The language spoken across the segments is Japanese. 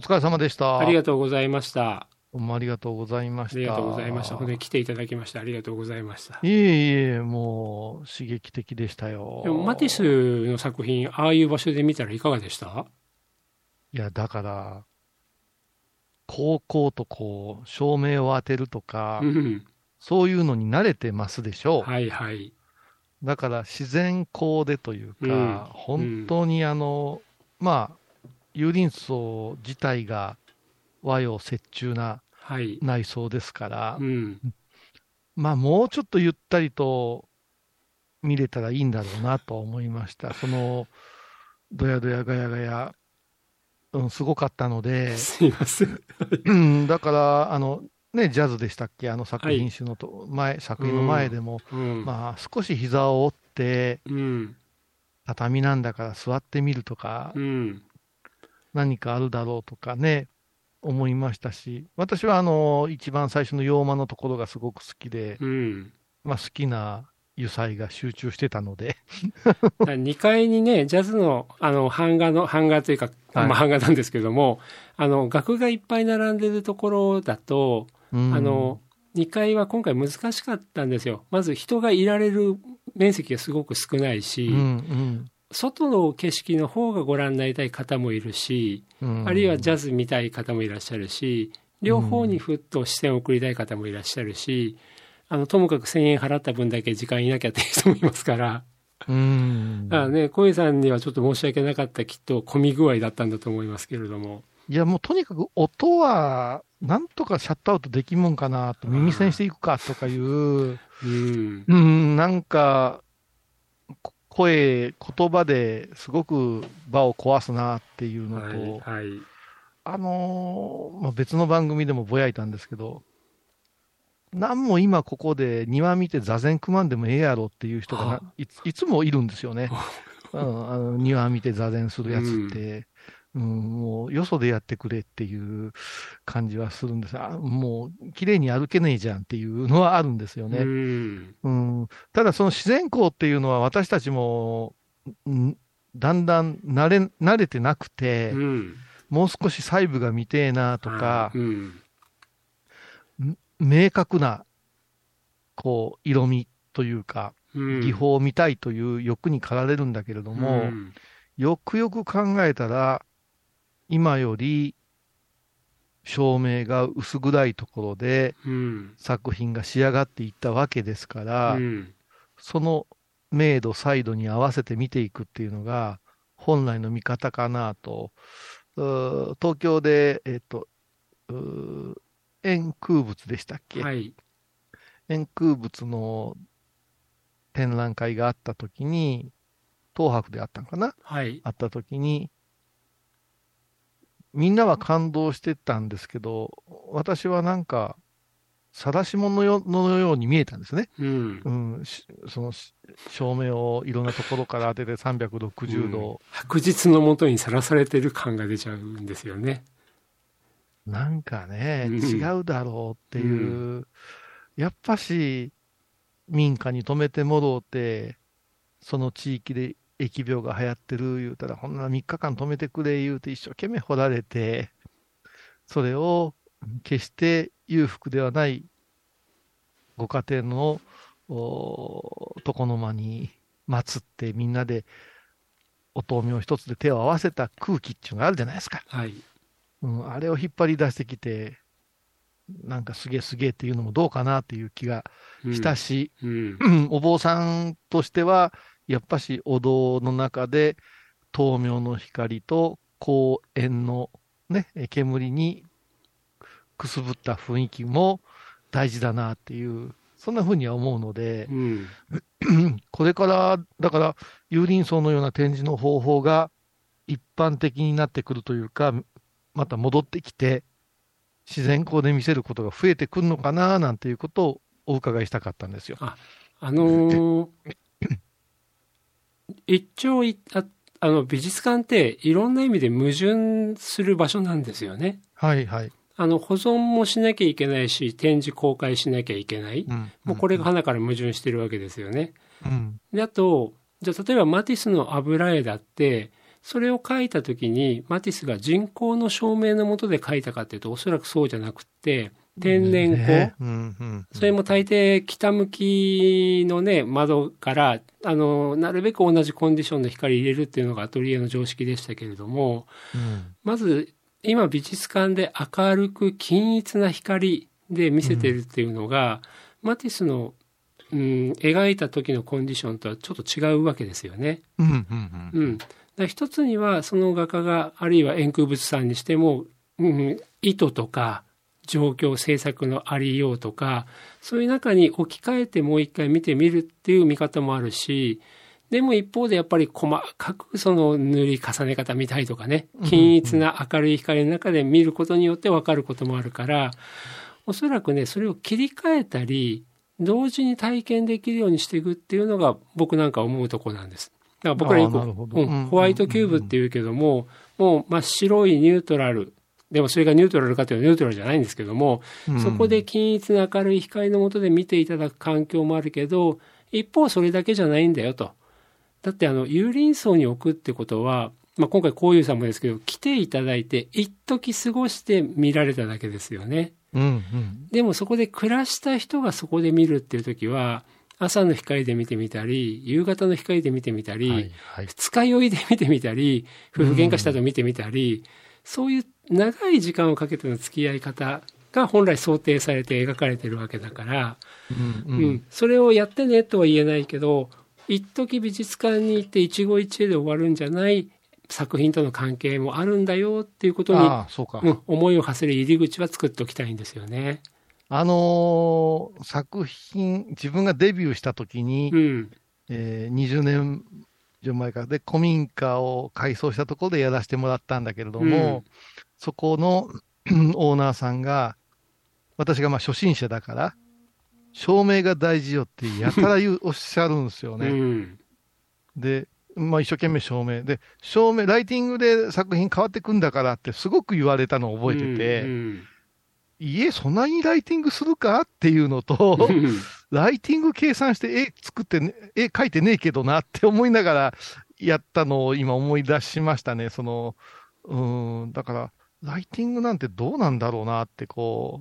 疲れ様でした。 ありがとうございました。 どうもありがとうございまあしりがとうございました。ほんでた。 来ていただきましてありがとうございました。 いえいえ、もう刺激的でしたでもマティよ。 スの作品、ああいう場所で見たらいかがでした？ いや、だから、こうこうとこう、照明を当てるとか、 うん。 そういうのに慣れてますでしょはいはい。 う。だから自然光でといううん。 か、 うん。 本当にまあ、有林荘自体が和洋折衷なはい。 内装ですから、 うん。 まあ、もうちょっとゆったりと見れたらいいんだろうなと思いました。ドヤドヤガヤガヤ、すごかったので、 すいません。 だから、ね、ジャズでしたっけ、あの作はい。 品集のと前、作う品の前ん。 でも、 うん。 まあ、少し膝を折って、 うん。 畳なんだから座ってみるとか、 うん。 何かあるだろうとかね、思いましたし、私は一番最初の洋間のところがすごく好きで、 うん。 まあ、好きな油彩が集中してたので、 2階にね、ジャズの、版画というか、 はい。 版画なんですけども、額がいっぱい並んでるところだと、 うん、 2階は今回難しかったんですよ。まず人がいられる面積がすごく少ないうん、 し、 うん、 外の景色の方がご覧になりたい方もいるし、 うあるいはジャん、 ズ見たい方もいらっしゃるし、 う両方にん、 ふっと視線を送りたい方もいらっしゃるし、ともかく1000円払った分だけ時間いなきゃっていう人もいますから、 うん。 小井さんにはちょっと申し訳なかったきっと混み具合だったんだと思いますけれども。 いや、もうとにかく音は、なんとかシャットアウトできんもんかなと、耳栓していくかとかいう、 うん。 なんか、言葉ですごく場を壊すなっていうのはい、 と、 はい。 まあ、別の番組でもぼやいたんですけど、なんも今ここで庭見て座禅組まんでもええやろっていう人がはいつもいるんですよね。庭見て座禅するうやつっん。 て、もうよそでやってくれっていう感じはするんです。もう綺麗に歩けねえじゃんっていうのはあるんですようね。 ん。 ただその自然光っていうのは私たちも、だんだん慣れてなくて、 うん。 もう少し細部が見てえなとはい。 か、 うん。 明確な色味というか、 うん。 技法を見たいという欲に駆られるんだけれどうも、 ん。 よくよく考えたら、今より照明が薄暗いところでうん。 作品が仕上がっていったわけですから、 うん。 その明度、細度に合わせて見ていくっていうのが、本来の見方かなと。東京で、うー円空仏でしたっけ？ はい。 円空仏の展覧会があったときに、東博であったのかな、 はい。 あったときに、みんなは感動してたんですけど、私はなんか、晒し者のように見えたんですね。 うん。 その照明をいろんなところから当てて360 うん。 度、 白日のもとにさらされてる感が出ちゃうんですよね。 なんかね、違うん。 うだろうってうん。 いう、やっぱし民家に泊めてもろうて、その地域で疫病が流行ってる言うたら、ほんなら3日間泊めてくれ言うて一生懸命掘られて、それを決して裕福ではないご家庭の床の間に祀ってみんなでお灯明一つで手を合わせた空気っていうのがあるじゃないですか。 はい。 あれを引っ張り出してきて、なんかすげえすげえっていうのもどうかなっていう気がしたうん。 し、 うん。 お坊さんとしては、やっぱしお堂の中で灯明の光と公園のね、煙にくすぶった雰囲気も大事だなっていう、そんな風には思うので、 うん。 これから、だから、有林荘のような展示の方法が一般的になってくるというか、また戻ってきて、自然光で見せることが増えてくるのかな、なんていうことをお伺いしたかったんですよ。 あ、あのー一長一、美術館っていろんな意味で矛盾する場所なんですよね。 はいはい。 保存もしなきゃいけないし、展示公開しなきゃいけない。 うん、うん、 もうこれがうん。 花から矛盾してるわけですよね。 うん、 で、あと、じゃあ例えばマティスの油絵だって、 それを描いた時にマティスが人工の照明の下で描いたかっていうとおそらくそうじゃなくって天然光、それも大抵北向きのね窓からなるべく同じコンディションの光入れるっていうのがアトリエの常識でしたけれども、まず今美術館で明るく均一な光で見せてるっていうのが、マティスの、描いた時のコンディションとはちょっと違うわけですよね。だ一つにはその画家があるいは円空仏さんにしても、意図とか状況制作のありようとかそういう中に置き換えてもう一回見てみるっていう見方もあるし、でも一方でやっぱり細かくその塗り重ね方見たいとかね、均一な明るい光の中で見ることによって分かることもあるから、おそらくねそれを切り替えたり同時に体験できるようにしていくっていうのが僕なんか思うところなんです。だから僕らよくホワイトキューブっていうけども、もう真っ白いニュートラルでもそれがニュートラルかというとニュートラルじゃないんですけども、そこで均一な明るい光の下で見ていただく環境もあるけど、一方それだけじゃないんだよと。だって有林荘に置くってことは、今回こういうさんもですけど来ていただいて一時過ごして見られただけですよね。でもそこで暮らした人がそこで見るっていう時は朝の光で見てみたり夕方の光で見てみたり、二日酔いで見てみたり夫婦喧嘩したと見てみたり、そういう長い時間をかけての付き合い方が本来想定されて描かれてるわけだから、それをやってねとは言えないけど、一時美術館に行って一期一会で終わるんじゃない作品との関係もあるんだよっていうことに、思いを馳せる入り口は作っておきたいんですよね。 作品自分がデビューした時に、20年以上前からで古民家を改装したところでやらせてもらったんだけれども、そこのオーナーさんが私が初心者だから照明が大事よってやたらおっしゃるんですよね。で、一生懸命照明でライティングで作品変わってくんだからってすごく言われたのを覚えてて、そんなにライティングするかっていうのとライティング計算して絵作って絵描いてねえけどなって思いながらやったのを今思い出しましたね。だからライティングなんてどうなんだろうなって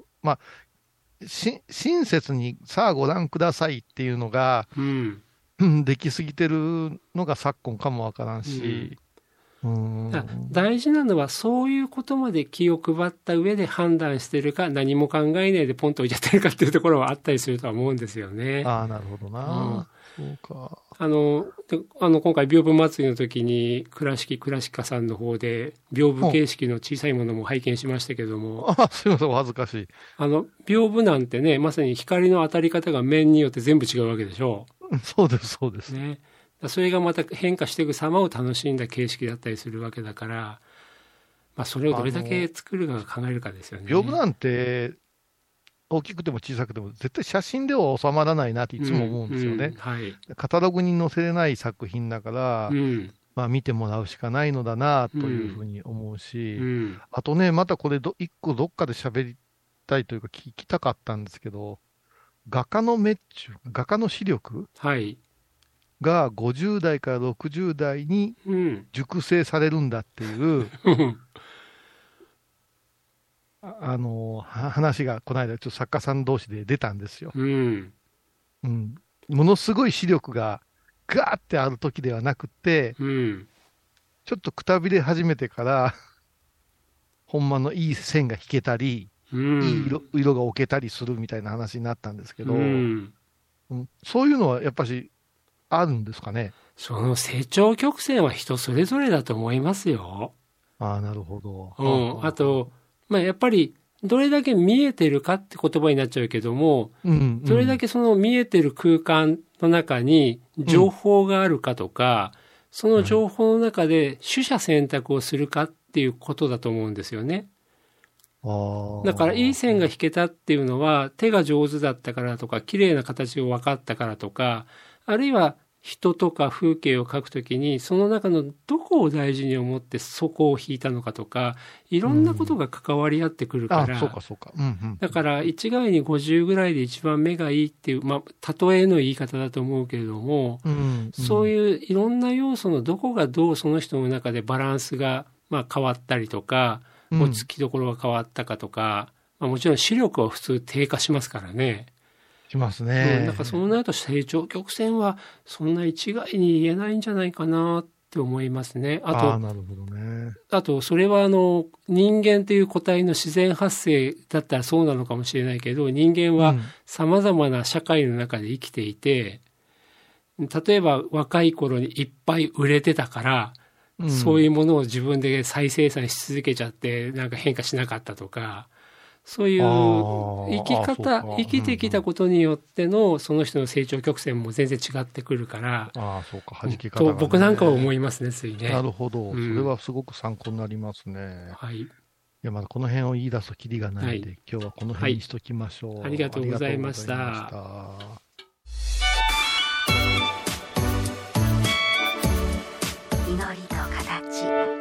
親切にさあご覧くださいっていうのが、できすぎてるのが昨今かもわからんし、 大事なのはそういうことまで気を配った上で判断してるか、何も考えないでポンと置いちゃってるかっていうところはあったりするとは思うんですよね。 なるほどな、そうか。 今回屏風祭りの時に倉敷クラシカさんの方で屏風形式の小さいものも拝見しましたけども、 すいませんお恥ずかしい。 屏風なんてねまさに光の当たり方が面によって全部違うわけでしょう。 そうですね。それがまた変化していく様を楽しんだ形式だったりするわけだから、それをどれだけ作るかが考えるかですよね。 屏風なんて大きくても小さくても絶対写真では収まらないなっていつも思うんですよね。カタログに載せれない作品だから、見てもらうしかないのだなというふうに思うし、あとねまたこれ一個どっかで喋りたいというか聞きたかったんですけど、画家の視力、が50代から60代に熟成されるんだっていう話がこの間ちょっと作家さん同士で出たんですよ。ものすごい視力がガーってある時ではなくて、ちょっとくたびれ始めてからほんまのいい線が引けたり、いい色が置けたりするみたいな話になったんですけど、そういうのはやっぱしあるんですかね。 その成長曲線は人それぞれだと思いますよ。 なるほど。 あと、やっぱりどれだけ見えてるかって言葉になっちゃうけども、どれだけその見えてる空間の中に情報があるかとか、その情報の中で取捨選択をするかっていうことだと思うんですよね。だからいい線が引けたっていうのは手が上手だったからとか綺麗な形を分かったからとか、あるいは人とか風景を描くときにその中のどこを大事に思ってそこを引いたのかとか、いろんなことが関わり合ってくるから、 そうかそうか、うんうん、 だから一概に50ぐらいで一番目がいいっていう、例えの言い方だと思うけれども、そういういろんな要素のどこがどうその人の中でバランスが変わったりとか、落ち着きどころが変わったかとか、もちろん視力は普通低下しますからね。 しますね。 だからそうなると成長曲線はそんな一概に言えないんじゃないかなって思いますね。 なるほどね。 あとそれは人間という個体の自然発生だったらそうなのかもしれないけど、人間は様々な社会の中で生きていて、例えば若い頃にいっぱい売れてたから、そういうものを自分で再生産し続けちゃってなんか変化しなかったとか、そういう生きてきたことによってのその人の成長曲線も全然違ってくるから、 そうか、弾き方がね、 と僕なんかは思いますね、ついね。 なるほど、それはすごく参考になりますね。 はい。 いや、まだこの辺を言い出すとキリがないので、今日はこの辺にしときましょう。 ありがとうございました。 祈りと形。